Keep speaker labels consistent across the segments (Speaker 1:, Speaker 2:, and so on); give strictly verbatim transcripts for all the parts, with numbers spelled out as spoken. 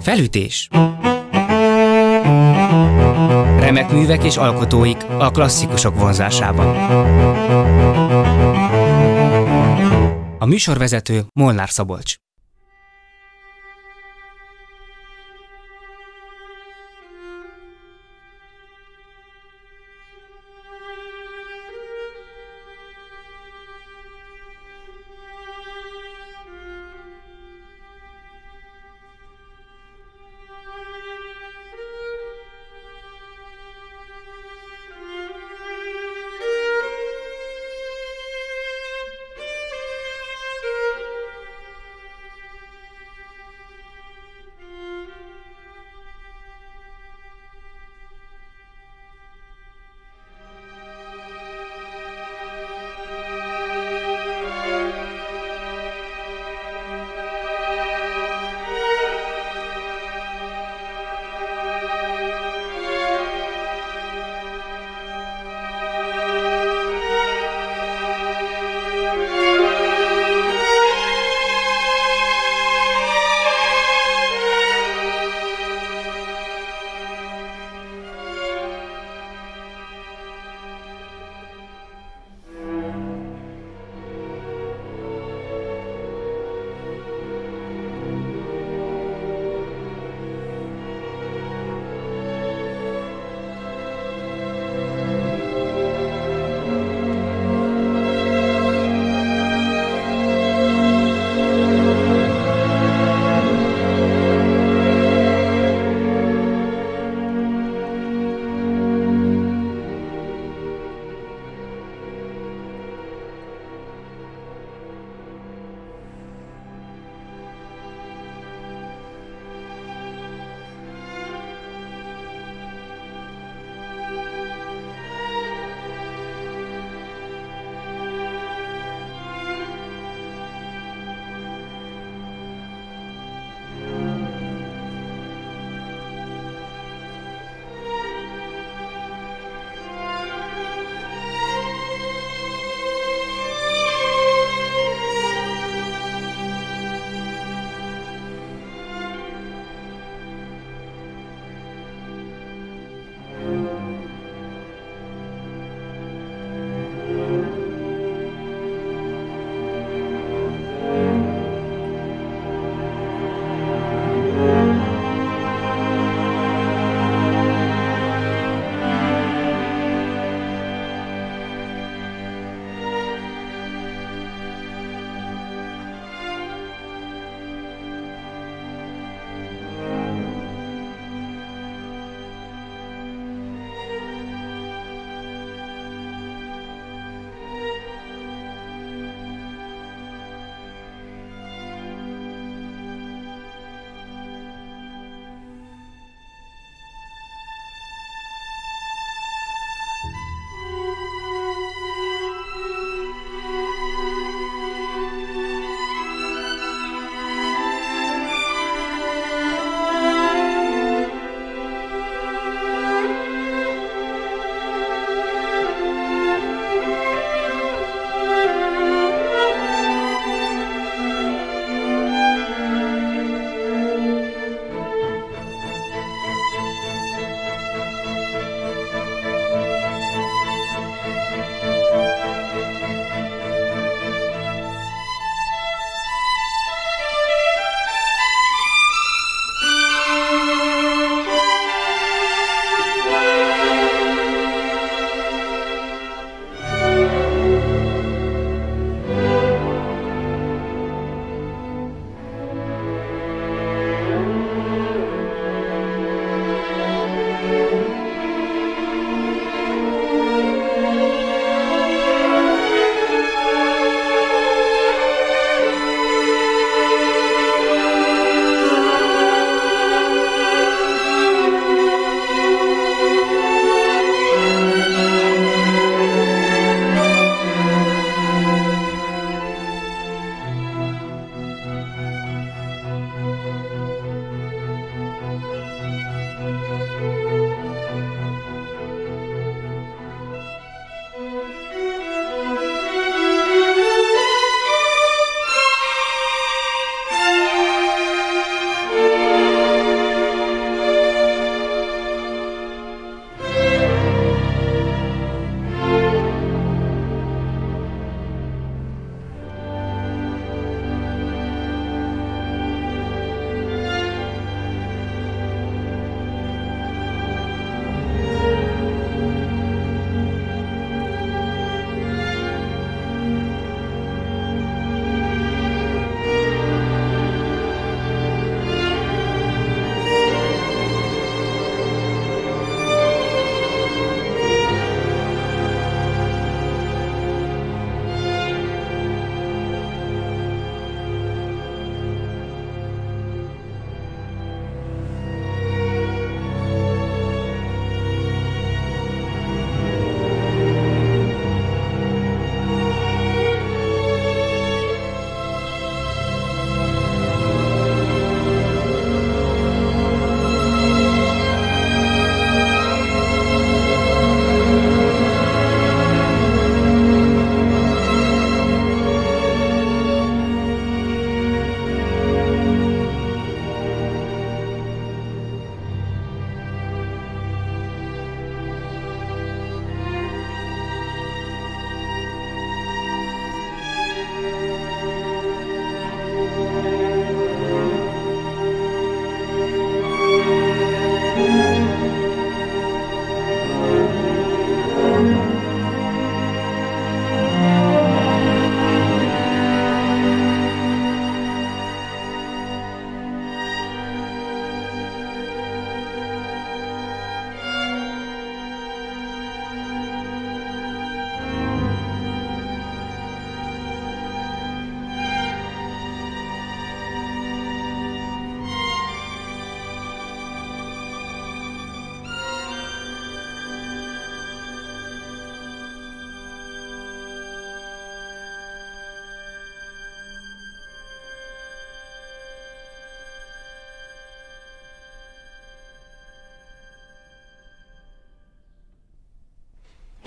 Speaker 1: Felütés. Remek művek és alkotóik a klasszikusok vonzásában. A műsorvezető Molnár Szabolcs.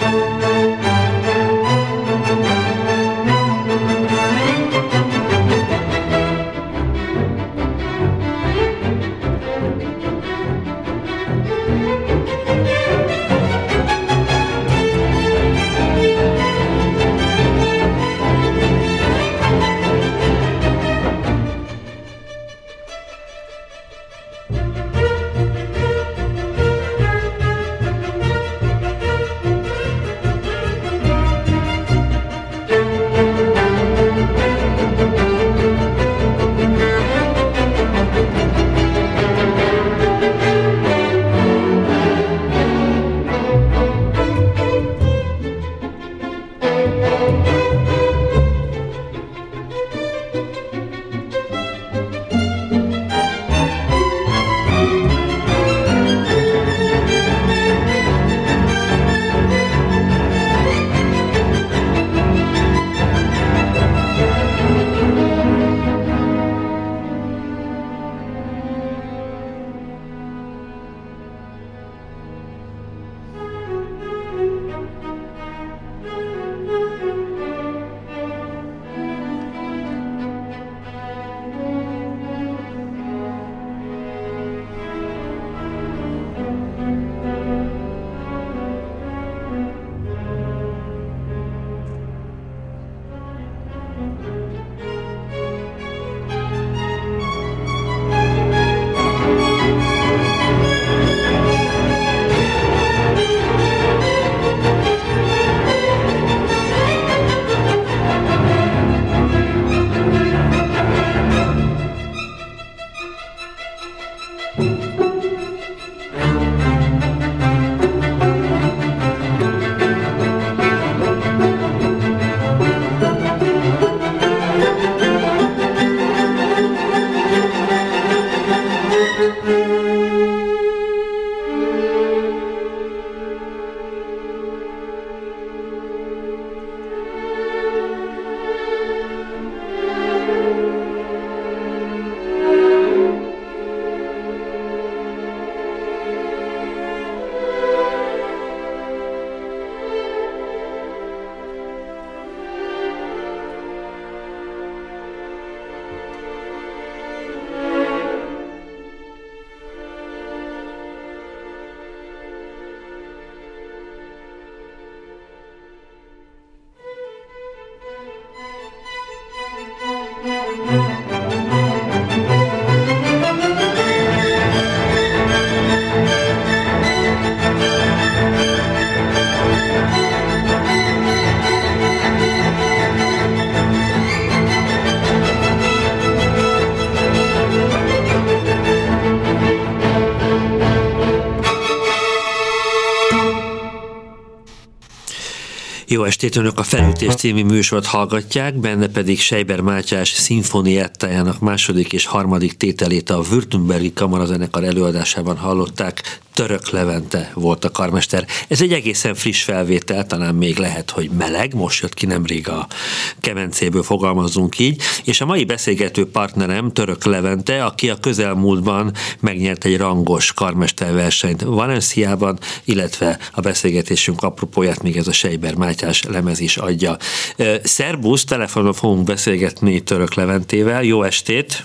Speaker 2: Jó estét, önök a Felütés című műsort hallgatják, benne pedig Seiber Mátyás szimfoniettájának második és harmadik tételét a Württembergi Kamarazenekar előadásában hallották. Török Levente volt a karmester. Ez egy egészen friss felvétel, talán még lehet, hogy meleg, most jött ki nemrég a kemencéből, fogalmazzunk így, és a mai beszélgető partnerem Török Levente, aki a közelmúltban megnyert egy rangos karmesterversenyt Valenciában, illetve a beszélgetésünk apropóját még ez a Seiber Mátyás lemez is adja. Szerbusz, telefonon fogunk beszélgetni Török Leventével. Jó estét!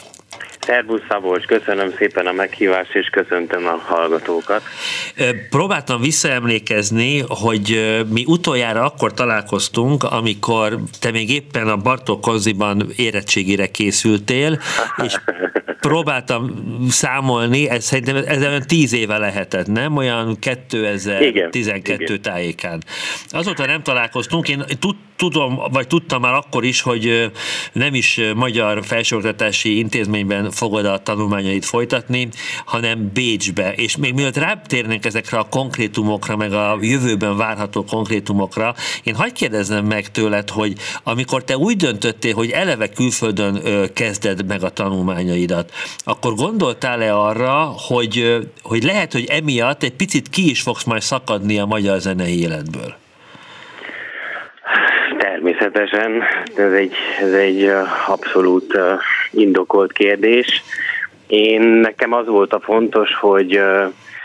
Speaker 3: Szerbusz Szabolcs, köszönöm szépen a meghívást, és köszöntöm a hallgatókat.
Speaker 2: Próbáltam visszaemlékezni, hogy mi utoljára akkor találkoztunk, amikor te még éppen a Bartók Konziban érettségére készültél, és próbáltam számolni, ez szerintem ez olyan tíz éve lehetett, nem? Olyan kétezer-tizenkettő igen, tájékán. Azóta nem találkoztunk, én tud, tudom, vagy tudtam már akkor is, hogy nem is magyar felsőoktatási intézményben fogod a tanulmányait folytatni, hanem Bécsbe. És még mielőtt rátérnénk ezekre a konkrétumokra, meg a jövőben várható konkrétumokra, én hadd kérdezzem meg tőled, hogy amikor te úgy döntöttél, hogy eleve külföldön kezded meg a tanulmányaidat, akkor gondoltál-e arra, hogy, hogy lehet, hogy emiatt egy picit ki is fogsz majd szakadni a magyar zenei életből?
Speaker 3: Természetesen, ez egy, ez egy abszolút indokolt kérdés. Én nekem az volt a fontos, hogy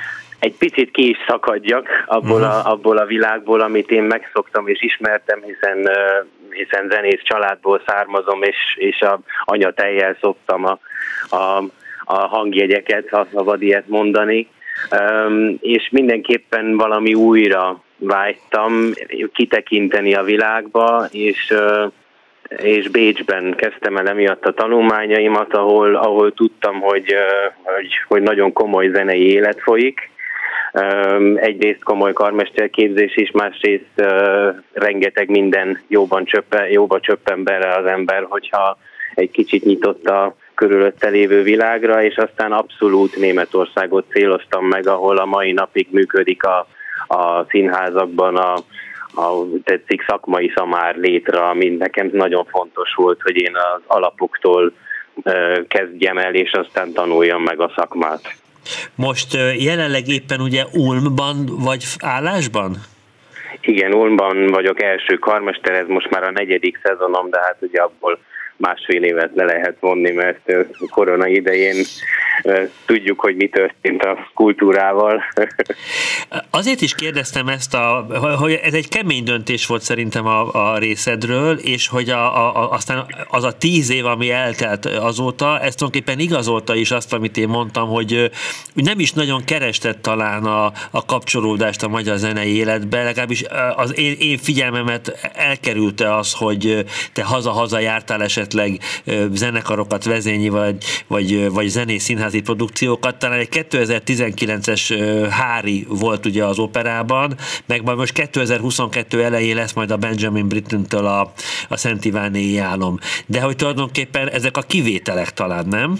Speaker 3: egy picit ki is szakadjak abból a, abból a világból, amit én megszoktam és ismertem, hiszen, hiszen zenész családból származom, és, és a anyatejjel szoktam a, a, a hangjegyeket, ha szabad ilyet mondani, és mindenképpen valami újra vágytam kitekinteni a világba, és és Bécsben kezdtem el emiatt a tanulmányaimat, ahol, ahol tudtam, hogy, hogy, hogy nagyon komoly zenei élet folyik. Egyrészt komoly karmesterképzés is, másrészt rengeteg minden jóban csöppen, jóba csöppen bele az ember, hogyha egy kicsit nyitott a körülötte lévő világra, és aztán abszolút Németországot céloztam meg, ahol a mai napig működik a, a színházakban a a tetszik szakmai szamár létre, ami nekem nagyon fontos volt, hogy én az alapoktól kezdjem el, és aztán tanuljam meg a szakmát.
Speaker 2: Most jelenleg éppen ugye Ulmban vagy állásban?
Speaker 3: Igen, Ulmban vagyok első karmester, ez most már a negyedik szezonom, de hát ugye abból másfél évet le lehet vonni, mert korona idején tudjuk, hogy mi történt a kultúrával.
Speaker 2: Azért is kérdeztem ezt, a, hogy ez egy kemény döntés volt szerintem a, a részedről, és hogy a, a, aztán az a tíz év, ami eltelt azóta, ez tulajdonképpen igazolta is azt, amit én mondtam, hogy nem is nagyon kerested talán a, a kapcsolódást a magyar zenei életbe, legalábbis az én, én figyelmemet elkerülte az, hogy te haza-haza jártál esetleg zenekarokat vezényi, vagy, vagy, vagy zenész színházi produkciókat. Talán egy kétezer-tizenkilences Hári volt ugye az operában, meg majd most kétezer-huszonkettő elején lesz majd a Benjamin Brittentől a, a Szent Ivánéi álom. De hogy tulajdonképpen ezek a kivételek talán, nem?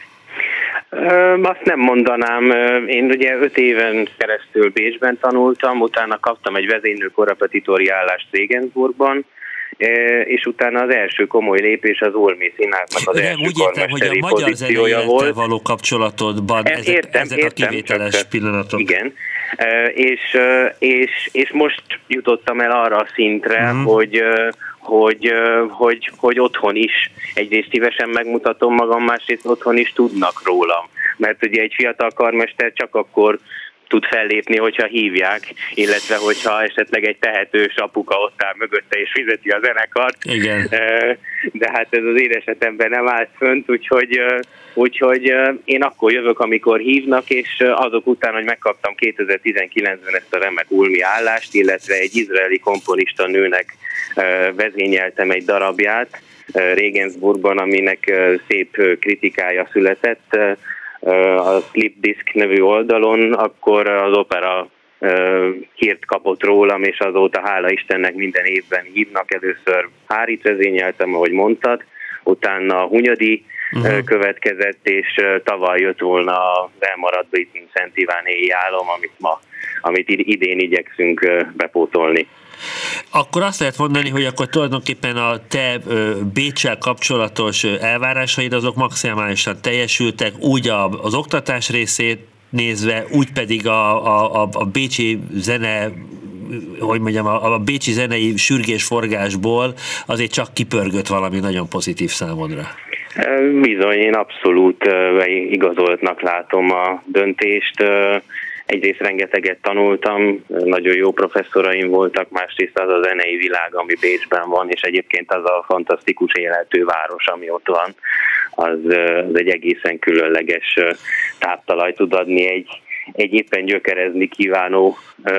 Speaker 3: Ö, azt nem mondanám. Én ugye öt éven keresztül Bécsben tanultam, utána kaptam egy vezénylő korrepetitori állást Regensburgban, és utána az első komoly lépés az Ulmi Színháznak az
Speaker 2: nem,
Speaker 3: első
Speaker 2: úgy értem, hogy a magyar zenei volt. Való kapcsolatodban ezek,
Speaker 3: értem,
Speaker 2: ezek
Speaker 3: értem,
Speaker 2: a kivételes csak, pillanatok.
Speaker 3: Igen, és, és, és most jutottam el arra a szintre, mm. hogy, hogy, hogy, hogy otthon is egyrészt szívesen megmutatom magam, másrészt otthon is tudnak rólam. Mert ugye egy fiatal karmester csak akkor tud fellépni, hogyha hívják, illetve hogyha esetleg egy tehetős apuka ott áll mögötte és fizeti a zenekart.
Speaker 2: Igen.
Speaker 3: De hát ez az én esetemben nem állt fönt, úgyhogy, úgyhogy én akkor jövök, amikor hívnak, és azok után, hogy megkaptam kétezer-tizenkilencben ezt a remek Ulmi állást, illetve egy izraeli komponista nőnek vezényeltem egy darabját Regensburgban, aminek szép kritikája született a Slipdisk nevű oldalon, akkor az opera hírt kapott rólam, és azóta hála Istennek minden évben hívnak. Először Hárit vezényeltem, ahogy mondtad, utána a Hunyadi uh-huh. következett, és tavaly jött volna az elmaradt Britten Szent Ivánéi álom, amit ma, amit idén igyekszünk bepótolni.
Speaker 2: Akkor azt lehet mondani, hogy akkor tulajdonképpen a te Béccsel kapcsolatos elvárásaid azok maximálisan teljesültek, úgy az oktatás részét nézve, úgy pedig a, a, a bécsi zene, hogy mondjam, a, a bécsi zenei sürgésforgásból azért csak kipörgött valami nagyon pozitív számodra.
Speaker 3: Bizony, én abszolút igazoltnak látom a döntést. Egyrészt rengeteget tanultam, nagyon jó professzoraim voltak, másrészt az a zenei világ, ami Bécsben van, és egyébként az a fantasztikus élhető város, ami ott van, az, az egy egészen különleges táptalaj tud adni egy, egy éppen gyökerezni kívánó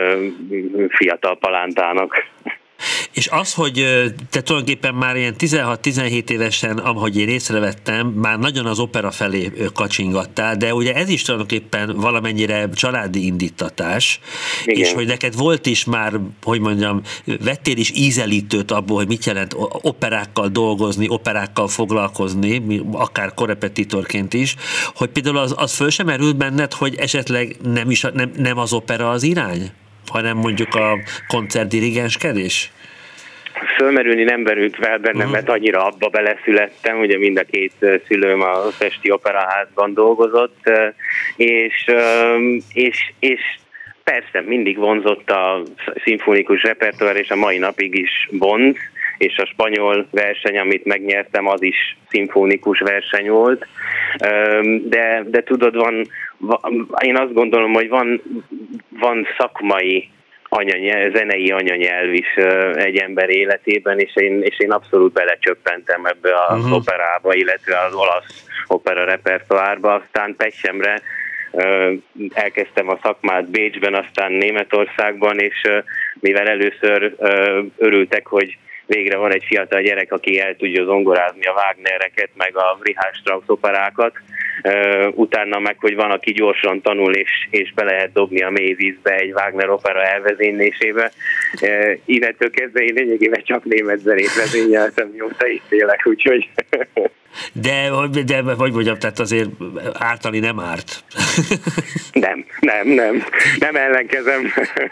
Speaker 3: fiatal palántának.
Speaker 2: És az, hogy te tulajdonképpen már ilyen tizenhat-tizenhét évesen, ahogy én észrevettem, már nagyon az opera felé kacsingattál, de ugye ez is tulajdonképpen valamennyire családi indítatás, igen. És hogy neked volt is már, hogy mondjam, vettél is ízelítőt abból, hogy mit jelent operákkal dolgozni, operákkal foglalkozni, akár korrepetitorként is, hogy például az, az föl sem merült benned, hogy esetleg nem, is, nem, nem az opera az irány, hanem mondjuk a koncertdirigenskedés?
Speaker 3: Fölmerülni nem merült fel bennem, mert annyira abba beleszülettem, ugye mind a két szülőm a Pesti Operaházban dolgozott, és, és, és persze mindig vonzott a szimfonikus repertoár, és a mai napig is vonz, és a spanyol verseny, amit megnyertem, az is szimfonikus verseny volt, de, de tudod, van, én azt gondolom, hogy van, van szakmai anyanyelv, zenei anyanyelv is egy ember életében, és én, és én abszolút belecsöppentem ebbe az uh-huh. operába, illetve az olasz opera repertoárba. Aztán Pessemre elkezdtem a szakmát Bécsben, aztán Németországban, és mivel először örültek, hogy végre van egy fiatal gyerek, aki el tudja zongorázni a Wagnereket, meg a Richard Strauss operákat, utána meg, hogy van, aki gyorsan tanul, és, és be lehet dobni a mély vízbe egy Wagner opera elvezénylésébe. Innentől kezdve én lényegében csak német zenét vezényeltem, mióta itt élek, úgyhogy...
Speaker 2: De, de vagy mondjam, tehát azért ártani nem árt.
Speaker 3: Nem, nem, nem. Nem ellenkezem.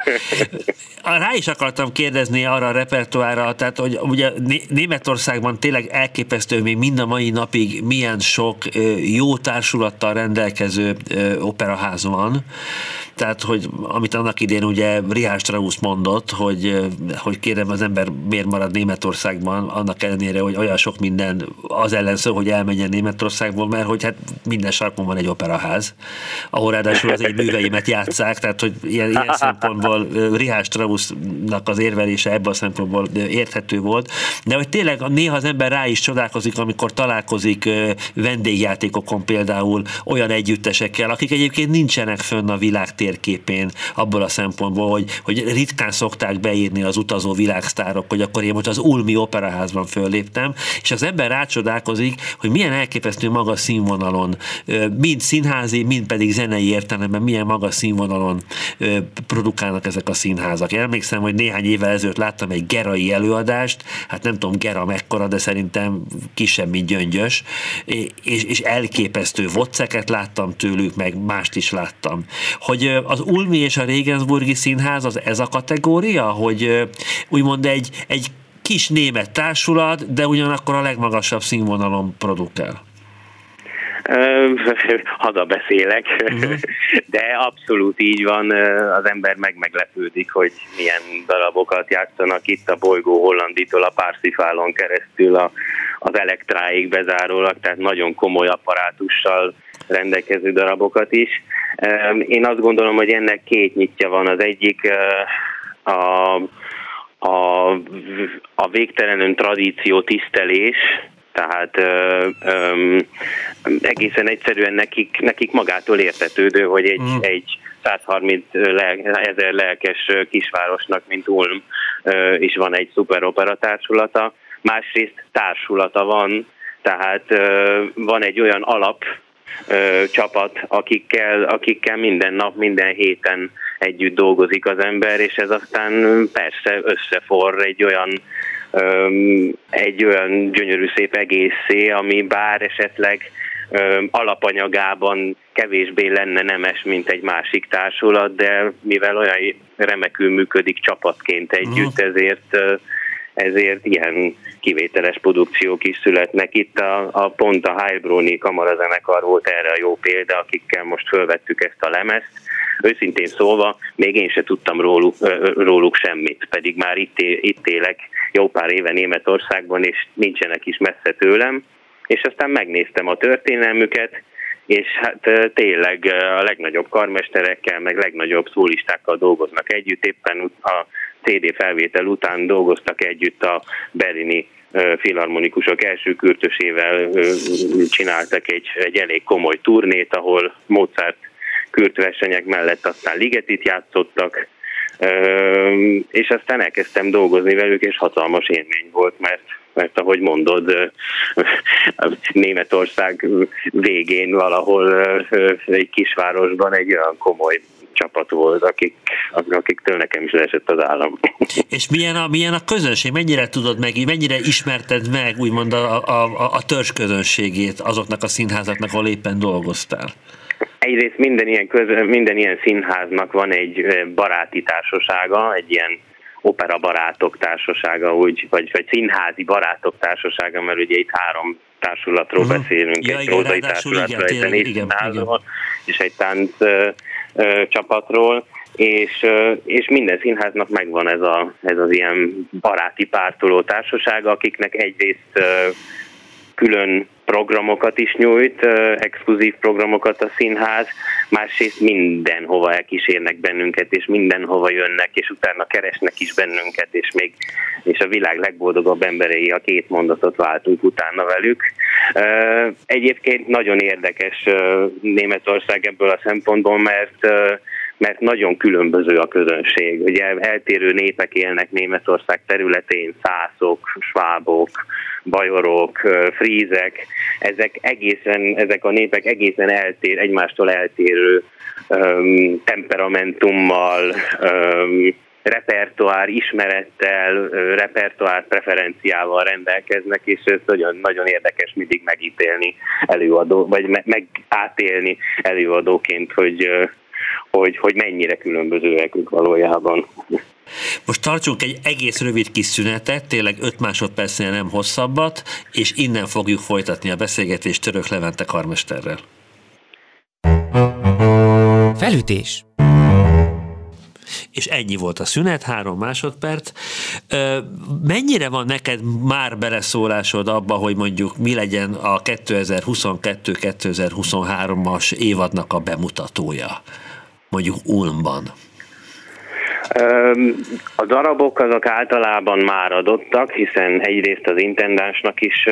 Speaker 2: Rá is akartam kérdezni arra a repertoárra, tehát hogy ugye Németországban tényleg elképesztő, még mind a mai napig milyen sok jó társulattal rendelkező operaház van. Tehát, hogy amit annak idén ugye Richard Strauss mondott, hogy, hogy kérem, az ember miért marad Németországban, annak ellenére, hogy olyan sok minden az ellen szó, hogy elmenjen Németországból, mert hogy hát minden sarkon van egy operaház, ahol ráadásul az egy műveimet játsszák, tehát hogy ilyen, ilyen szempontból Richard Straussnak az érvelése ebből a szempontból érthető volt, de hogy tényleg néha az ember rá is csodálkozik, amikor találkozik vendégjátékokon például olyan együttesekkel, akik egyébként nincsenek fönn a világ térképén abból a szempontból, hogy, hogy ritkán szokták beírni az utazó világsztárok, hogy akkor én most az Ulmi Operaházban fölléptem, és az ember rácsodálkozik, hogy milyen elképesztő magas színvonalon, mind színházi, mind pedig zenei értelemben milyen magas színvonalon produkálnak ezek a színházak. Én emlékszem, hogy néhány évvel ezelőtt láttam egy gerai előadást, hát nem tudom Gera mekkora, de szerintem kisebb, mint Gyöngyös, és, és elképesztő voceket láttam tőlük, meg mást is láttam. Hogy az Ulmi és a Regensburgi Színház az ez a kategória, hogy úgymond egy, egy kis német társulat, de ugyanakkor a legmagasabb színvonalon produkál?
Speaker 3: Haza beszélek, uh-huh. De abszolút így van, az ember meg meglepődik, hogy milyen darabokat játszanak itt a bolygó Hollanditól a Parsifalon keresztül a, az Elektráig bezárólag, tehát nagyon komoly apparátussal rendelkező darabokat is. Én azt gondolom, hogy ennek két nyitja van. Az egyik a, a, a végtelenül tradíció tisztelés, tehát ö, ö, egészen egyszerűen nekik, nekik magától értetődő, hogy egy, mm. egy százharminc ezer lelkes kisvárosnak, mint Ulm, ö, is van egy szuperopera társulata. Másrészt társulata van, tehát ö, van egy olyan alap ö, csapat, akikkel, akikkel minden nap, minden héten együtt dolgozik az ember, és ez aztán persze összeforr egy olyan Öm, egy olyan gyönyörű szép egészé, ami bár esetleg öm, alapanyagában kevésbé lenne nemes, mint egy másik társulat, de mivel olyan remekül működik csapatként együtt, ezért, ezért ilyen kivételes produkciók is születnek. Itt a, a pont a Heilbronni kamarazenekar volt erre a jó példa, akikkel most fölvettük ezt a lemezt. Őszintén szólva, még én se tudtam róluk, róluk semmit, pedig már itt, itt élek jó pár éve Németországban, és nincsenek is messze tőlem, és aztán megnéztem a történelmüket, és hát tényleg a legnagyobb karmesterekkel, meg legnagyobb szólistákkal dolgoznak együtt, éppen a cé dé felvétel után dolgoztak együtt a berlini filharmonikusok első kürtösével, csináltak egy, egy elég komoly turnét, ahol Mozart kürtversenyek mellett aztán Ligetit játszottak, és aztán elkezdtem dolgozni velük, és hatalmas élmény volt, mert, mert ahogy mondod, Németország végén valahol egy kisvárosban egy olyan komoly csapat volt, akik, akiktől nekem is leesett az állam.
Speaker 2: És milyen a, milyen a közönség? Mennyire tudod meg, mennyire ismerted meg úgymond a, a, a törzs közönségét azoknak a színházaknak, ahol éppen dolgoztál?
Speaker 3: Egyrészt minden ilyen, köz, minden ilyen színháznak van egy baráti társasága, egy ilyen opera barátok társasága, úgy, vagy, vagy színházi barátok társasága, mert ugye itt három társulatról uh-huh. beszélünk, ja, egy prózai társulatról, egy zenészínházról, és egy tánc ö, ö, csapatról, és, ö, és minden színháznak megvan ez, a, ez az ilyen baráti pártoló társasága, akiknek egyrészt ö, külön programokat is nyújt, exkluzív programokat a színház, másrészt mindenhova elkísérnek bennünket, és mindenhova jönnek, és utána keresnek is bennünket, és még és a világ legboldogabb emberei, a két mondatot váltunk utána velük. Egyébként nagyon érdekes Németország ebből a szempontból, mert mert nagyon különböző a közönség. Ugye eltérő népek élnek Németország területén, szászok, svábok, bajorok, frízek, ezek egészen, ezek a népek egészen eltér, egymástól eltérő um, temperamentummal, um, repertoár ismerettel, repertoár preferenciával rendelkeznek, és ez nagyon, nagyon érdekes mindig megítélni előadó, vagy me- meg átélni előadóként, hogy Hogy, hogy mennyire különbözőek ők valójában.
Speaker 2: Most tartsunk egy egész rövid kis szünetet, tényleg öt másodpercnél nem hosszabbat, és innen fogjuk folytatni a beszélgetést Török Levente karmesterrel.
Speaker 1: Felütés.
Speaker 2: És ennyi volt a szünet, három másodperc. Mennyire van neked már beleszólásod abba, hogy mondjuk mi legyen a kétezer-huszonkettő kétezer-huszonhárom-as évadnak a bemutatója, mondjuk Ulmban?
Speaker 3: A darabok azok általában már adottak, hiszen egyrészt az intendánsnak is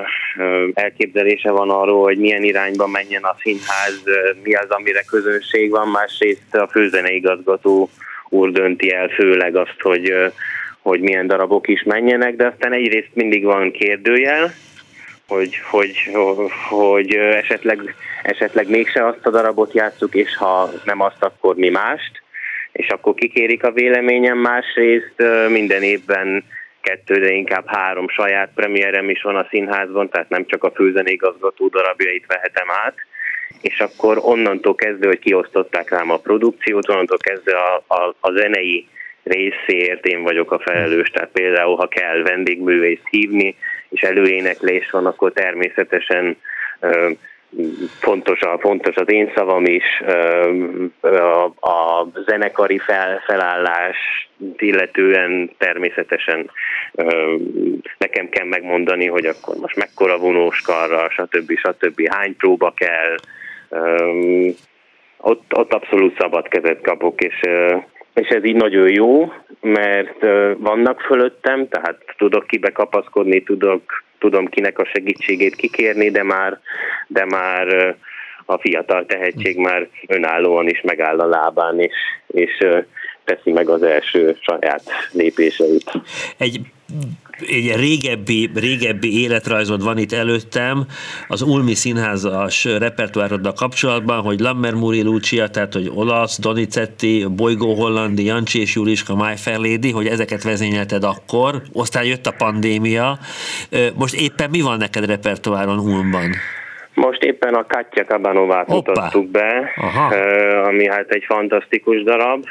Speaker 3: elképzelése van arról, hogy milyen irányba menjen a színház, mi az, amire közönség van, másrészt a főzeneigazgató úr dönti el főleg azt, hogy, hogy milyen darabok is menjenek, de aztán egyrészt mindig van kérdőjel, hogy, hogy, hogy esetleg, esetleg mégse azt a darabot játsszuk, és ha nem azt, akkor mi mást, és akkor kikérik a véleményem. Másrészt minden évben kettő, de inkább három saját premierem is van a színházban, tehát nem csak a főzeneigazgató darabjait vehetem át, és akkor onnantól kezdve, hogy kiosztották rám a produkciót, onnantól kezdve a, a, a zenei részéért én vagyok a felelős, tehát például, ha kell vendégművészt hívni, és előéneklés van, akkor természetesen ö, fontos, a, fontos az én szavam is, ö, a, a zenekari fel, felállás illetően természetesen ö, nekem kell megmondani, hogy akkor most mekkora vonóskarra, stb. stb. Hány próba kell, ö, ott, ott abszolút szabad kezet kapok, és És ez így nagyon jó, mert vannak fölöttem, tehát tudok kibe kapaszkodni, tudok, tudom kinek a segítségét kikérni, de már, de már a fiatal tehetség már önállóan is megáll a lábán, és, és teszi meg az első saját lépéseit.
Speaker 2: Egy egy régebbi, régebbi életrajzod van itt előttem, az Ulmi Színházas repertoároddal kapcsolatban, hogy Lammermoor Lucia, tehát hogy olasz, Donizetti, Bolygó Hollandi, Jancsi és Juliska, My Fair Lady, hogy ezeket vezényelted akkor, aztán jött a pandémia. Most éppen mi van neked repertoáron Ulmban?
Speaker 3: Most éppen a Katja Kabanovát mutattuk be, Aha. ami hát egy fantasztikus darab.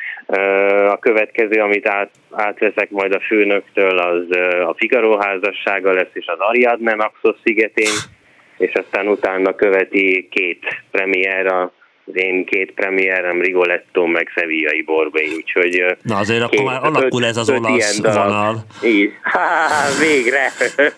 Speaker 3: A következő, amit át, átveszek majd a főnöktől, az a Figaro házassága lesz, és az Ariadne Naxos szigetén, és aztán utána követi két premier, az én két premierem, Rigoletto, meg Sevillai Borgai, úgyhogy...
Speaker 2: Na azért két, akkor már alakul öt, ez az olasz vonal.
Speaker 3: Így, há, végre!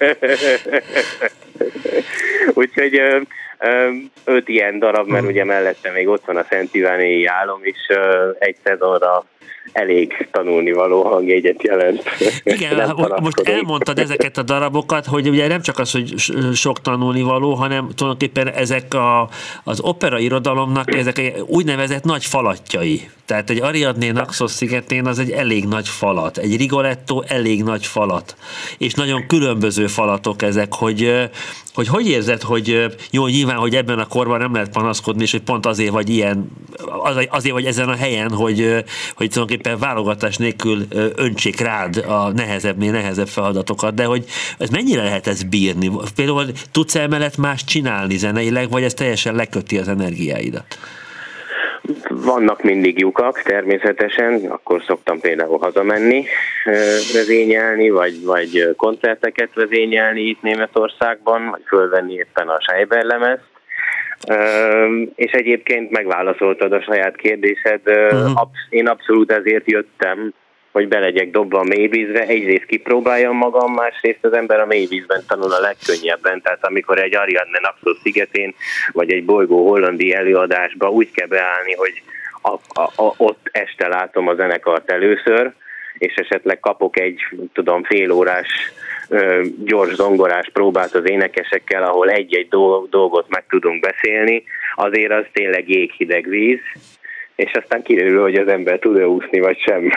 Speaker 3: Úgyhogy... öt ilyen darab, mert ugye mellette még ott van a Szent Ivánéi álom is, egy szezonra elég tanulnivaló hangjegyet jelent.
Speaker 2: Igen, most elmondtad ezeket a darabokat, hogy ugye nem csak az, hogy sok tanulnivaló, hanem tulajdonképpen ezek a, az opera irodalomnak ezek úgynevezett nagy falatjai. Tehát egy Ariadné Naxos szigetén az egy elég nagy falat, egy Rigoletto elég nagy falat, és nagyon különböző falatok ezek, hogy hogy, hogy érzed, hogy jó, nyilván, hogy ebben a korban nem lehet panaszkodni, és hogy pont azért vagy ilyen, azért vagy ezen a helyen, hogy, hogy tulajdonképpen válogatás nélkül öntsék rád a nehezebbnél nehezebb feladatokat, de hogy ez mennyire lehet ezt bírni? Például tudsz emellett más csinálni zeneileg, vagy ez teljesen leköti az energiáidat?
Speaker 3: Vannak mindig lyukak, természetesen, akkor szoktam például hazamenni, vezényelni, vagy, vagy koncerteket vezényelni itt Németországban, vagy fölvenni éppen a Scheiber-lemezt. És egyébként megválaszoltad a saját kérdésed, én abszolút ezért jöttem, hogy be legyek dobva a mélyvízre, egyrészt kipróbáljam magam, másrészt az ember a mélyvízben tanul a legkönnyebben, tehát amikor egy Ariadne Naxos szigetén, vagy egy bolygó hollandi előadásba úgy kell beállni, hogy a, a, a, ott este látom a zenekart először, és esetleg kapok egy, tudom, fél órás ö, gyors zongorás próbát az énekesekkel, ahol egy-egy dolgot meg tudunk beszélni, azért az tényleg jéghideg víz, és aztán kiderül, hogy az ember tud-e úszni, vagy sem.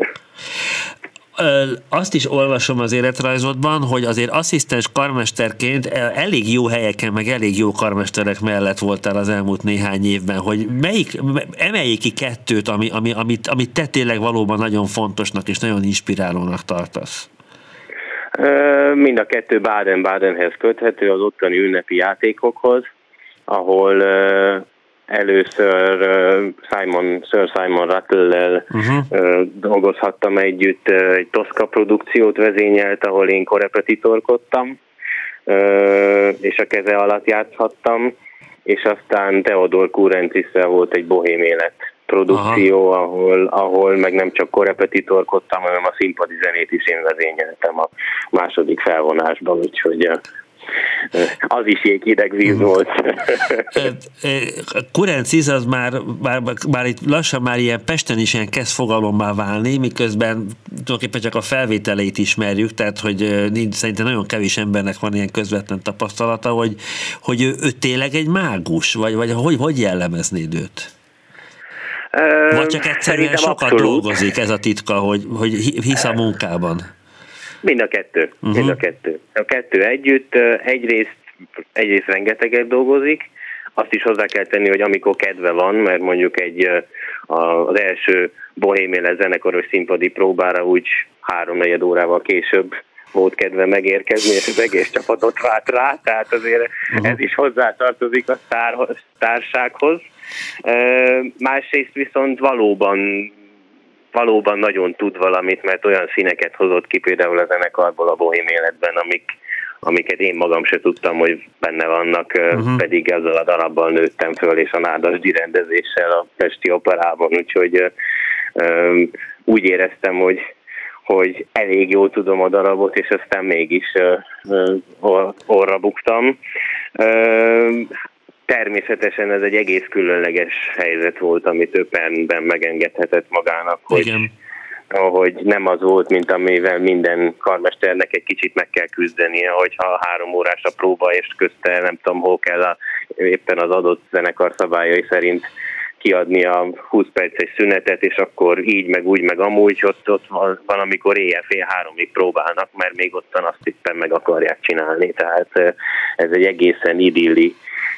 Speaker 2: Azt is olvasom az életrajzodban, hogy azért asszisztens karmesterként elég jó helyeken, meg elég jó karmesterek mellett voltál az elmúlt néhány évben, hogy melyik, emeljék ki kettőt, ami, ami, amit, amit te tényleg valóban nagyon fontosnak és nagyon inspirálónak tartasz.
Speaker 3: Mind a kettő Baden-Badenhez köthető, az ottani ünnepi játékokhoz, ahol először Simon, Sir Simon Rattle-lel uh-huh. dolgozhattam együtt, egy Tosca produkciót vezényelt, ahol én korepetitorkodtam, és a keze alatt játszhattam, és aztán Theodor Kurentzisszel volt egy Bohém élet produkció, ahol, ahol meg nem csak korepetitorkodtam, hanem a színpadi zenét is én vezényeltem a második felvonásban, úgyhogy az is jéghideg víz volt.
Speaker 2: Kurencisz az már, már, már itt lassan már ilyen Pesten is ilyen kezd fogalommá válni, miközben tulajdonképpen csak a felvételeit ismerjük, tehát hogy nincs, szerintem nagyon kevés embernek van ilyen közvetlen tapasztalata, hogy, hogy ő, ő tényleg egy mágus, vagy, vagy hogy, hogy jellemeznéd őt? Vagy csak egyszerűen sokat abszolút dolgozik, ez a titka, hogy, hogy hisz a munkában?
Speaker 3: Mind a kettő. Uh-huh. Mind a kettő. A kettő együtt egyrészt, egyrészt rengeteget dolgozik, azt is hozzá kell tenni, hogy amikor kedve van, mert mondjuk egy az első Bohém élet zenekaros színpadi próbára úgy háromnegyed órával később volt kedve megérkezni, és az egész csapatot várt rá, tehát azért uh-huh. ez is hozzátartozik a sztár, sztársághoz. Másrészt viszont valóban valóban nagyon tud valamit, mert olyan színeket hozott ki például a zenekarból a Bohém életben, amik, amiket én magam se tudtam, hogy benne vannak, uh-huh. pedig ezzel a darabbal nőttem föl, és a Nádasdy rendezéssel a Pesti Operában, úgyhogy um, úgy éreztem, hogy, hogy elég jól tudom a darabot, és aztán mégis uh, uh, orra buktam. Uh, Természetesen ez egy egész különleges helyzet volt, amit ő Pernben megengedhetett magának, hogy, hogy nem az volt, mint amivel minden karmesternek egy kicsit meg kell küzdenie, hogyha három órás a próba, és közte nem tudom, hol kell a, éppen az adott zenekar szabályai szerint kiadni a húsz perces szünetet, és akkor így, meg úgy, meg amúgy, ott, ott van, amikor éjjel fél háromig próbálnak, mert még ottan azt éppen meg akarják csinálni. Tehát ez egy egészen idilli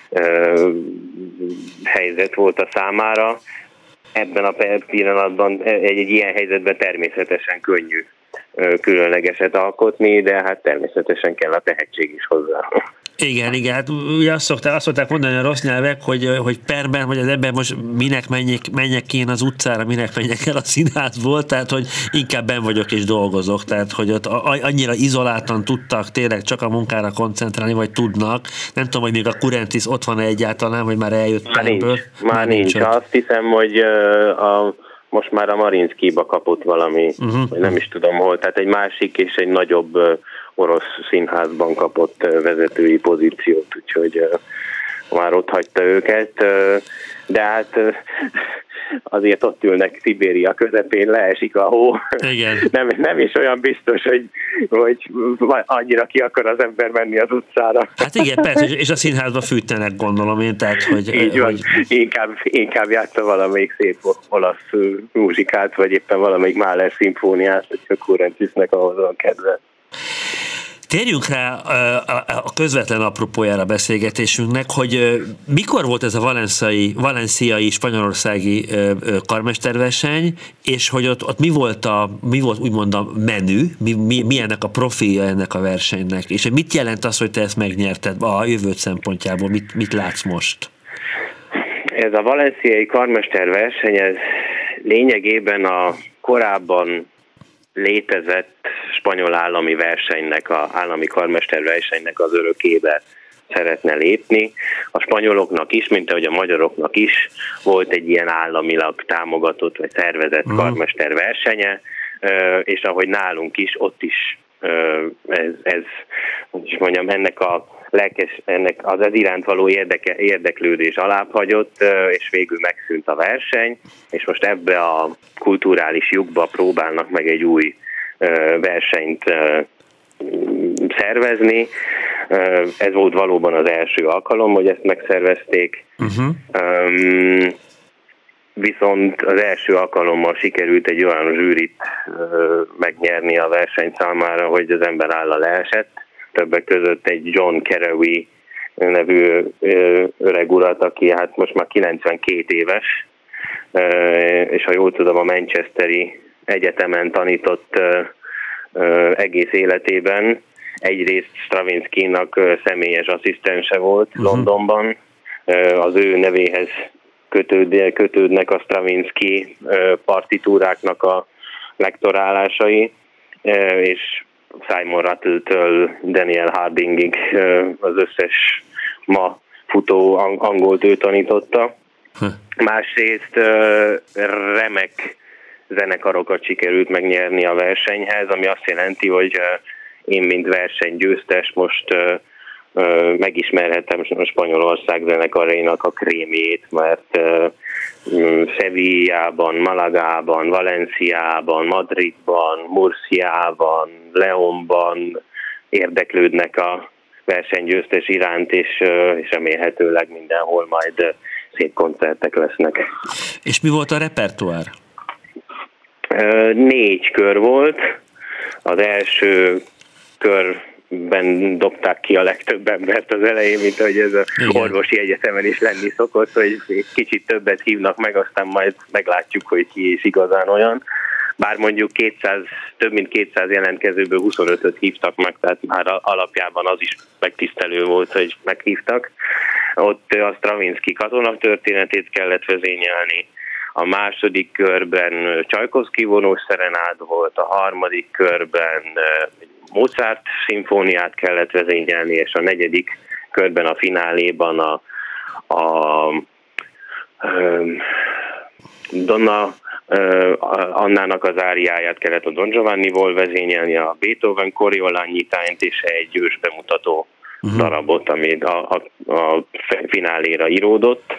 Speaker 3: helyzet volt a számára. Ebben a pillanatban, egy, egy ilyen helyzetben természetesen könnyű különlegeset alkotni, de hát természetesen kell a tehetség is hozzá.
Speaker 2: Igen, igen, hát ugye azt szokták, azt szokták mondani a rossz nyelvek, hogy, hogy perben, hogy az ember most minek menjek, menjek ki én az utcára, minek menjek el a színházból, tehát hogy inkább benn vagyok és dolgozok, tehát hogy ott annyira izoláltan tudtak tényleg csak a munkára koncentrálni, vagy tudnak. Nem tudom, hogy még a Kurentzis ott van egyáltalán, vagy már eljött
Speaker 3: már Pernből. Nincs, már, már nincs. nincs. Azt hiszem, hogy a, most már a Mariinszkiba kapott valami, uh-huh. vagy nem is tudom hol, tehát egy másik és egy nagyobb orosz színházban kapott vezetői pozíciót, úgyhogy uh, már ott hagyta őket, uh, de hát uh, azért ott ülnek Szibéria közepén, leesik a hó.
Speaker 2: Igen.
Speaker 3: Nem, nem is olyan biztos, hogy, hogy annyira ki akar az ember menni az utcára.
Speaker 2: Hát igen, persze, és a színházba fűtenek, gondolom én, tehát hogy...
Speaker 3: Így van,
Speaker 2: hogy...
Speaker 3: inkább, inkább játsza valamelyik szép olasz muzsikát, vagy éppen valamelyik Mahler szimfóniát, hogy a Kurentzisnek ahhoz van kedve.
Speaker 2: Térjünk rá a közvetlen apropójára beszélgetésünknek, hogy mikor volt ez a valenciai, valenciai spanyolországi karmesterverseny, és hogy ott, ott mi volt a, mi volt úgymond a menü, mi, mi, mi ennek a profilja ennek a versenynek, és mit jelent az, hogy te ezt megnyerted a jövőt szempontjából, mit, mit látsz most?
Speaker 3: Ez a valenciai karmesterverseny, ez lényegében a korábban létezett spanyol állami versenynek, a állami karmesterversenynek az örökébe szeretne lépni. A spanyoloknak is, mint ahogy a magyaroknak is volt egy ilyen államilag támogatott vagy szervezett uh-huh. karmesterversenye. és ahogy nálunk is, ott is ez, ez hogy is mondjam, ennek a lelkes, ennek az ez iránt való érdeke, érdeklődés alábbhagyott, és végül megszűnt a verseny, és most ebbe a kulturális lyukba próbálnak meg egy új versenyt szervezni. Ez volt valóban az első alkalom, hogy ezt megszervezték. Uh-huh. Um, viszont az első alkalommal sikerült egy olyan zsűrit uh, megnyerni a verseny számára, hogy az ember álla leesett. Többek között egy John Kerry nevű uh, öreg urat, aki hát most már kilencvenkét éves, uh, és ha jól tudom, a Manchesteri egyetemen tanított uh, uh, egész életében. Egyrészt Stravinskynak uh, személyes asszisztense volt uh-huh. Londonban, uh, az ő nevéhez kötőd, kötődnek a Stravinsky uh, partitúráknak a lektorálásai, uh, és Simon Rattle-től Daniel Hardingig uh, az összes ma futó angolt ő tanította. Huh. Másrészt uh, remek zenekarokat sikerült megnyerni a versenyhez, ami azt jelenti, hogy én, mint versenygyőztes, most megismerhettem a Spanyolország zenekarainak a krémjét, mert Sevillában, Malagában, Valenciában, Madridban, Murciában, Leonban érdeklődnek a versenygyőztes iránt, és, és remélhetőleg mindenhol majd szép koncertek lesznek.
Speaker 2: És mi volt a repertoár?
Speaker 3: Négy kör volt. Az első körben dobták ki a legtöbb embert az elején, mint ahogy ez az orvosi egyetemen is lenni szokott, hogy kicsit többet hívnak meg, aztán majd meglátjuk, hogy ki is igazán olyan. Bár mondjuk kétszáz, több mint kétszáz jelentkezőből huszonötöt hívtak meg, tehát már alapjában az is megtisztelő volt, hogy meghívtak. Ott a Stravinsky katonatörténetét kellett vezényelni. A második körben Csajkovszky vonós szerenád volt, a harmadik körben Mozart szimfóniát kellett vezényelni, és a negyedik körben a fináléban a, a, a Donna Annának az áriáját kellett a Don Giovanniból vezényelni, a Beethoven Coriolanyitányt és egy ős bemutató uh-huh. darabot, amit a, a, a fináléra íródott.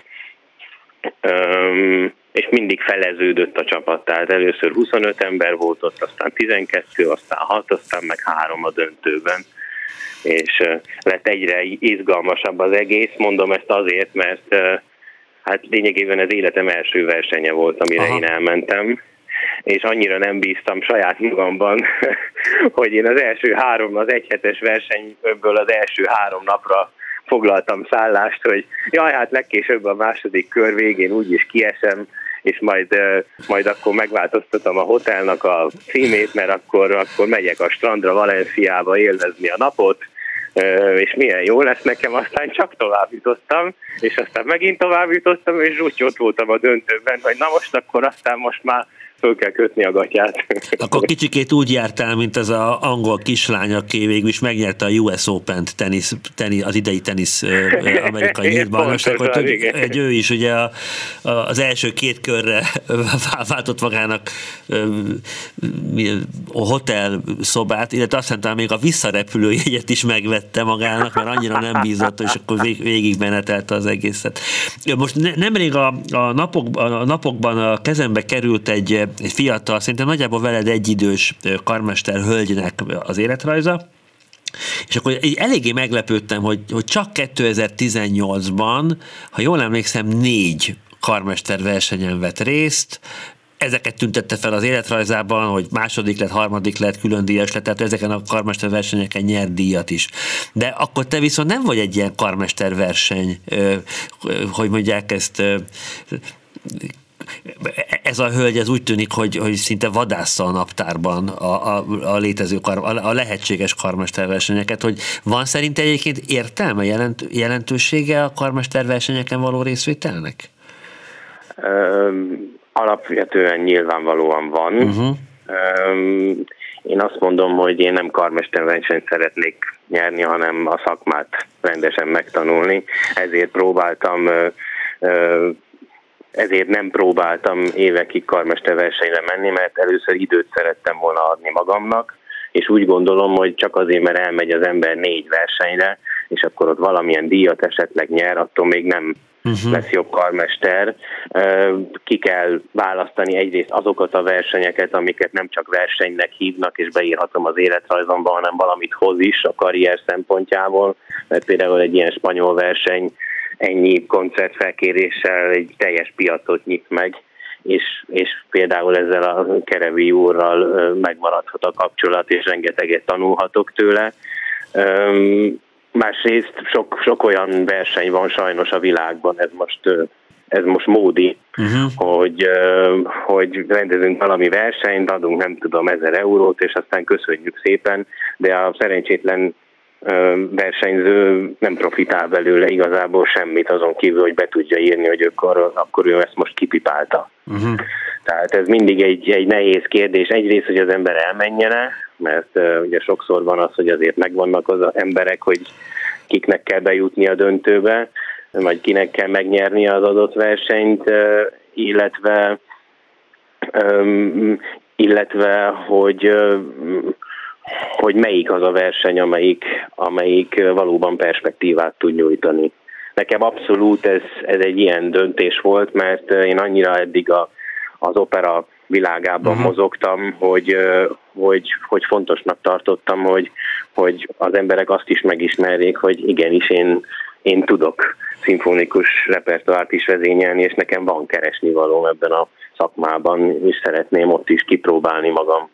Speaker 3: Um, és mindig feleződött a csapat, tehát először huszonöt ember volt ott, aztán tizenkettő, aztán hat, aztán meg három a döntőben, és uh, lett egyre izgalmasabb az egész, mondom ezt azért, mert uh, hát lényegében az életem első versenye volt, amire Aha. én elmentem, és annyira nem bíztam saját magamban, hogy én az első három, az egyhetes versenyből az első három napra foglaltam szállást, hogy jaj, hát legkésőbb a második kör végén úgyis kiesem, és majd, majd akkor megváltoztatom a hotelnak a címét, mert akkor, akkor megyek a strandra Valenciába élvezni a napot, és milyen jó lesz nekem, aztán csak tovább jutottam, és aztán megint tovább jutottam, és úgy ott voltam a döntőben, hogy na most akkor aztán most már föl kell kötni a gatyát.
Speaker 2: Akkor kicsikét úgy jártál, mint az a angol kislány, aki végül is megnyerte a U S Open-t, tenisz, tenisz, az idei tenisz amerikai nyíltbajnokságot, hogy egy ő is ugye a, a, az első két körre váltott magának a hotel szobát, illetve azt mondtam, még a visszarepülőjegyet is megvette magának, mert annyira nem bízott, és akkor vég, végig menetelte az egészet. Most ne, nemrég a, a, napok, a napokban a kezembe került egy egy fiatal, szerintem nagyjából veled egyidős karmester hölgynek az életrajza, és akkor így eléggé meglepődtem, hogy, hogy csak kétezer-tizennyolcban, ha jól emlékszem, négy karmester versenyen vett részt, ezeket tüntette fel az életrajzában, hogy második lett, harmadik lett, külön díjas lett, tehát ezeken a karmester versenyeken nyert díjat is. De akkor te viszont nem vagy egy ilyen karmester verseny, hogy mondják ezt, ez a hölgy, ez úgy tűnik, hogy, hogy szinte vadásza a naptárban a, a, a létező, kar, a, a lehetséges karmesterversenyeket, hogy van szerint egyébként értelme, jelent, jelentősége a karmesterversenyeken való részvételnek?
Speaker 3: Um, alapvetően nyilvánvalóan van. Uh-huh. Um, én azt mondom, hogy én nem karmesterversenyt szeretnék nyerni, hanem a szakmát rendesen megtanulni. Ezért próbáltam uh, uh, ezért nem próbáltam évekig karmesterversenyre menni, mert először időt szerettem volna adni magamnak, és úgy gondolom, hogy csak azért, mert elmegy az ember négy versenyre, és akkor ott valamilyen díjat esetleg nyer, attól még nem uh-huh. lesz jobb karmester. Ki kell választani egyrészt azokat a versenyeket, amiket nem csak versenynek hívnak, és beírhatom az életrajzomba, hanem valamit hoz is a karrier szempontjából, mert például egy ilyen spanyol verseny ennyi koncertfelkéréssel egy teljes piacot nyit meg, és, és például ezzel a Kerevi úrral megmaradhat a kapcsolat, és rengeteget tanulhatok tőle. Másrészt sok, sok olyan verseny van sajnos a világban, ez most, ez most módi, uh-huh. hogy, hogy rendezünk valami versenyt, adunk nem tudom ezer eurót, és aztán köszönjük szépen, de a szerencsétlen versenyző nem profitál belőle igazából semmit, azon kívül, hogy be tudja írni, hogy akkor, akkor ő ezt most kipipálta. Uh-huh. Tehát ez mindig egy, egy nehéz kérdés. Egyrészt, hogy az ember elmenjene, mert uh, ugye sokszor van az, hogy azért megvannak az emberek, hogy kiknek kell bejutni a döntőbe, vagy kinek kell megnyerni az adott versenyt, uh, illetve um, illetve, hogy uh, hogy melyik az a verseny, amelyik, amelyik valóban perspektívát tud nyújtani. Nekem abszolút ez, ez egy ilyen döntés volt, mert én annyira eddig a, az opera világában uh-huh. mozogtam, hogy, hogy, hogy fontosnak tartottam, hogy, hogy az emberek azt is megismerjék, hogy igenis én, én tudok szimfonikus repertoárt is vezényelni, és nekem van keresnivalóm ebben a szakmában, és szeretném ott is kipróbálni magam.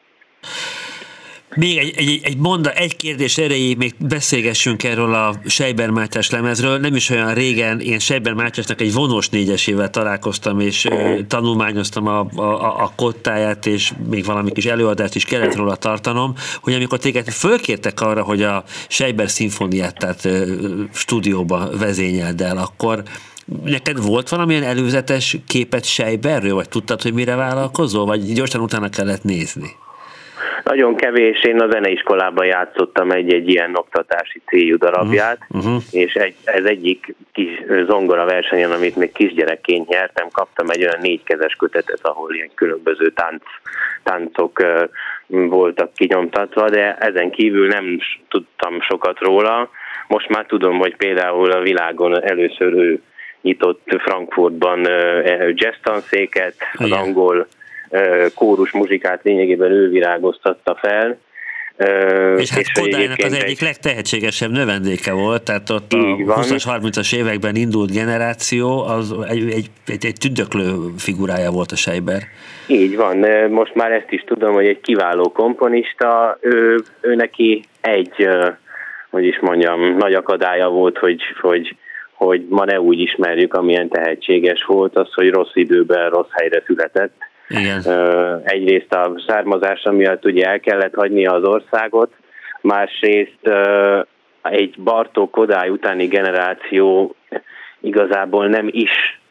Speaker 2: Még egy, egy, egy, monda, egy kérdés erejéig még beszélgessünk erről a Seiber Mátyás lemezről. Nem is olyan régen én Seiber Mátyásnak egy vonós négyesével találkoztam, és uh, tanulmányoztam a, a, a kottáját, és még valami kis előadást is kellett róla tartanom, hogy amikor téged fölkértek arra, hogy a Seiber szimfóniát, tehát uh, stúdióba vezényeld el, akkor neked volt valamilyen előzetes képet Seiberről, vagy tudtad, hogy mire vállalkozol, vagy gyorsan utána kellett nézni?
Speaker 3: Nagyon kevés, én a zeneiskolában játszottam egy-egy ilyen oktatási céljú darabját, uh-huh. és egy, ez egyik kis zongora versenyen, amit még kisgyerekként nyertem, kaptam egy olyan négykezes kötetet, ahol ilyen különböző tánc, táncok uh, voltak kinyomtatva, de ezen kívül nem tudtam sokat róla. Most már tudom, hogy például a világon először ő nyitott Frankfurtban uh, jazz tanszéket, az igen. angol kórus muzsikát lényegében ő virágoztatta fel.
Speaker 2: És hát és Kodálynak az egyik egy... legtehetségesebb növendéke volt, tehát ott a húszas-harmincas években indult generáció, az egy, egy, egy, egy tündöklő figurája volt a Seiber.
Speaker 3: Így van, most már ezt is tudom, hogy egy kiváló komponista, ő, ő neki egy, hogy is mondjam, nagy akadálya volt, hogy, hogy, hogy ma ne úgy ismerjük, amilyen tehetséges volt, az, hogy rossz időben, rossz helyre született. Igen. Egyrészt a származása miatt ugye el kellett hagynia az országot, másrészt egy Bartók Kodály utáni generáció igazából nem is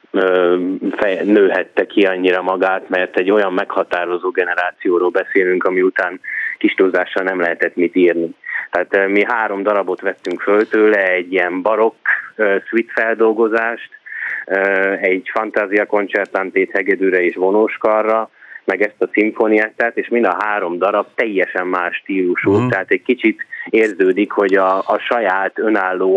Speaker 3: nőhette ki annyira magát, mert egy olyan meghatározó generációról beszélünk, ami után kis túlzással nem lehetett mit írni. Tehát mi három darabot vettünk föl tőle, egy ilyen barokk suite feldolgozást, egy Fantázia koncertantét hegedűre és vonóskarra, meg ezt a szimfoniát, és mind a három darab teljesen más stílusú, uh-huh. tehát egy kicsit érződik, hogy a, a saját önálló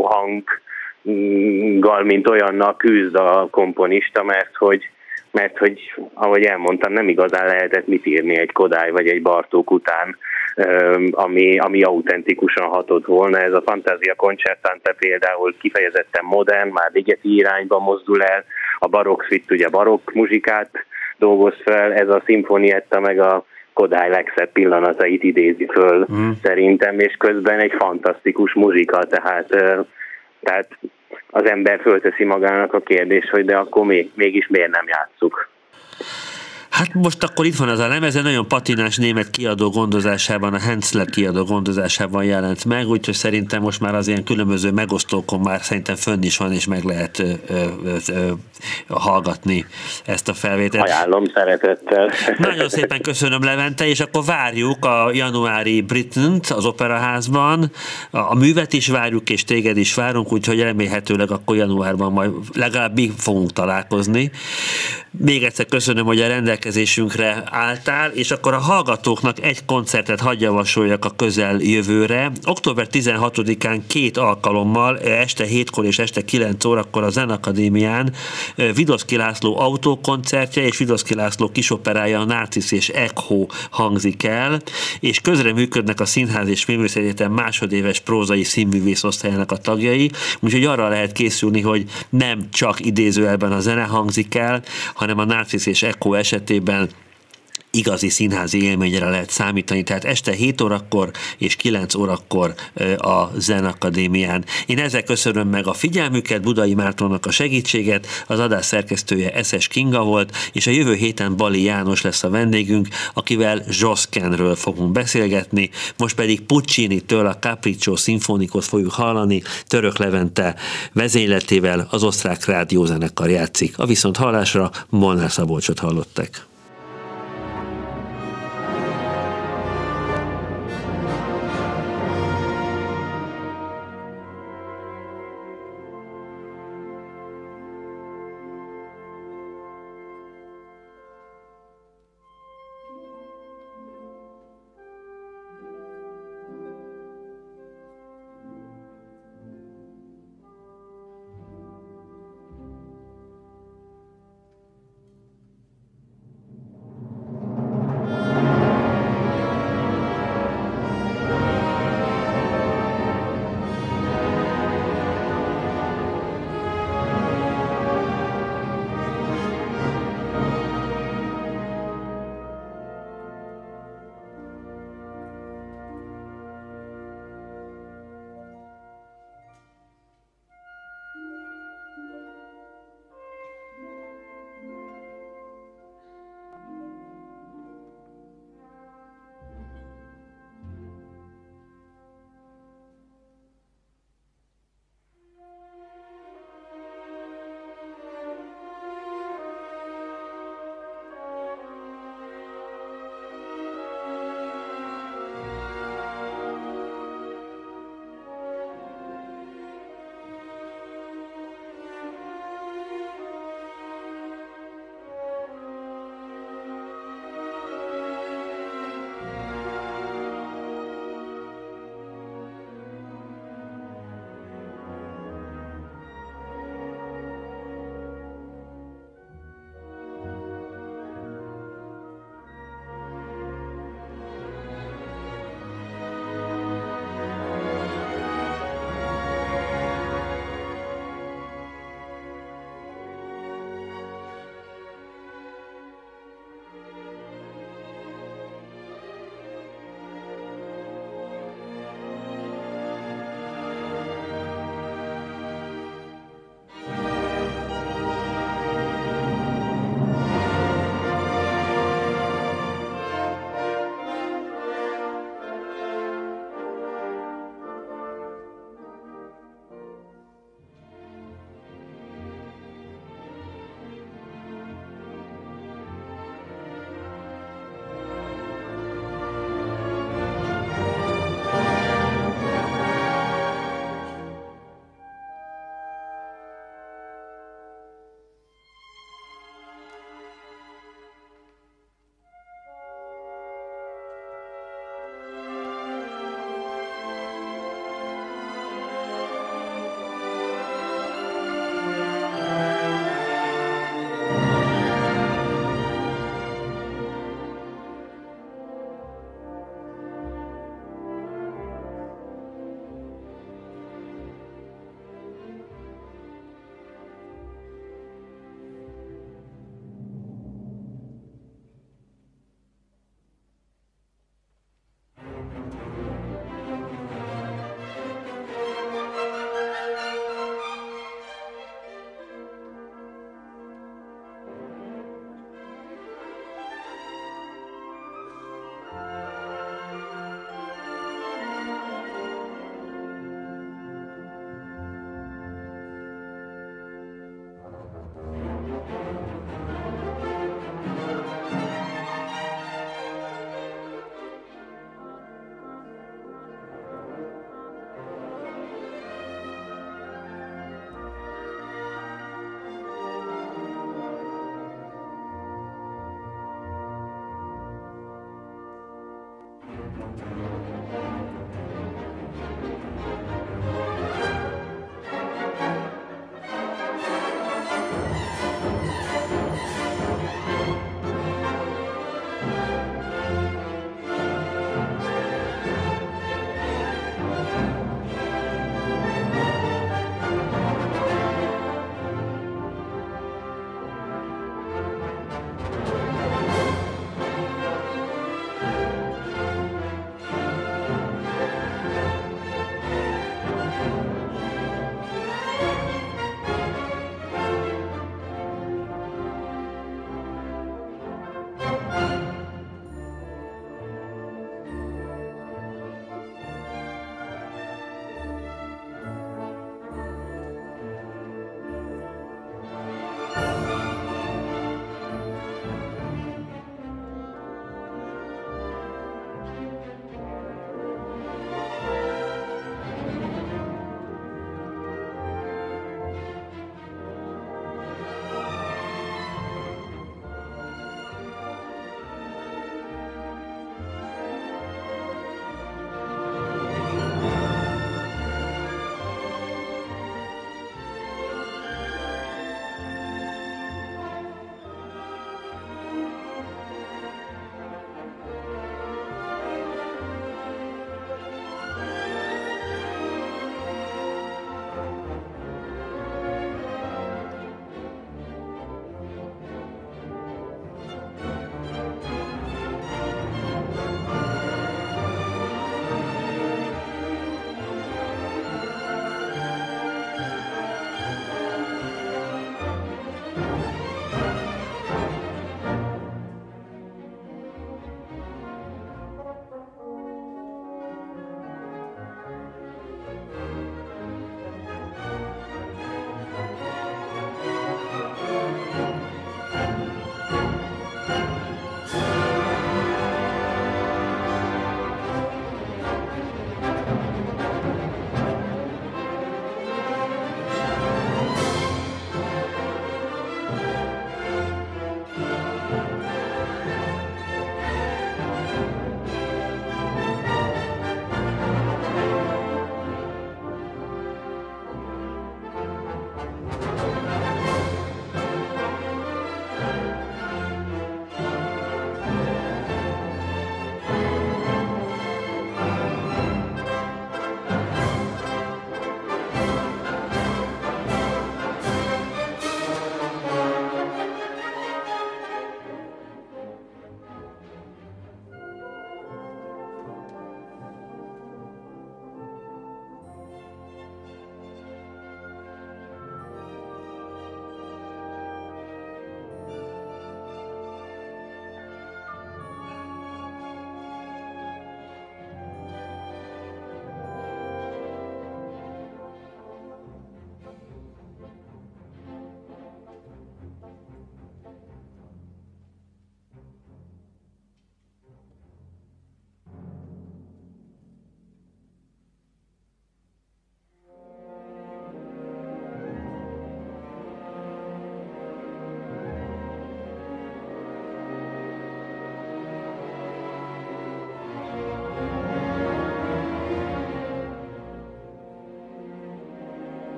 Speaker 3: hanggal, mint olyannal küzd a komponista, mert hogy, mert hogy, ahogy elmondtam, nem igazán lehetett mit írni egy Kodály vagy egy Bartók után, ami, ami autentikusan hatott volna. Ez a Fantázia koncertante például kifejezetten modern, már ligeti irányba mozdul el, a barokk suite ugye barokk muzsikát dolgoz fel, ez a szimfonietta meg a Kodály legszebb pillanatait idézi föl mm. szerintem, és közben egy fantasztikus muzsika, tehát, tehát az ember fölteszi magának a kérdést, hogy de akkor még, mégis miért nem játsszuk.
Speaker 2: Hát most akkor itt van az a lemez, egy nagyon patinás német kiadó gondozásában, a Hensler kiadó gondozásában jelent meg, úgyhogy szerintem most már az ilyen különböző megosztókon már szerintem fönn is van, és meg lehet ö, ö, ö, hallgatni ezt a felvételt.
Speaker 3: Ajánlom szeretettel.
Speaker 2: Nagyon szépen köszönöm, Levente, és akkor várjuk a januári Britain-t az Operaházban, a, a művet is várjuk, és téged is várunk, úgyhogy remélhetőleg akkor januárban majd legalább mi fogunk találkozni. Még egyszer köszönöm, hogy a rendelkezésünkre álltál, és akkor a hallgatóknak egy koncertet hadd javasoljak a közeljövőre. október tizenhatodikán két alkalommal, este hétkor és este kilenc órakor a Zenakadémián Vidoszky László autókoncertje és Vidoszky László kisoperája, a Narcisz és Echo hangzik el, és közreműködnek a Színház és Művészeti Egyetem másodéves prózai színművész osztályának a tagjai, úgyhogy arra lehet készülni, hogy nem csak idézőjelben a zene hangzik el, hanem a Narcisz és Echo esetében igazi színházi élményre lehet számítani, tehát este hét órakor és kilenc órakor a Zenakadémián. Én ezzel köszönöm meg a figyelmüket, Budai Mártonnak a segítséget, az adás szerkesztője Eszes Kinga volt, és a jövő héten Bali János lesz a vendégünk, akivel Zsoszkenről fogunk beszélgetni, most pedig Puccini-től a Capriccio szimfonikot fogjuk hallani, Török Levente vezényletével az Osztrák Rádiózenekar játszik. A viszont hallásra Molnár Szabolcsot hallottak.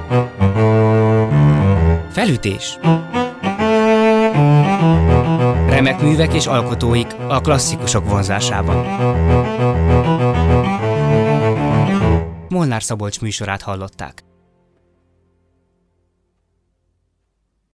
Speaker 1: Felütés. Remek művek és alkotóik a klasszikusok vonzásában. Molnár Szabolcs műsorát hallották.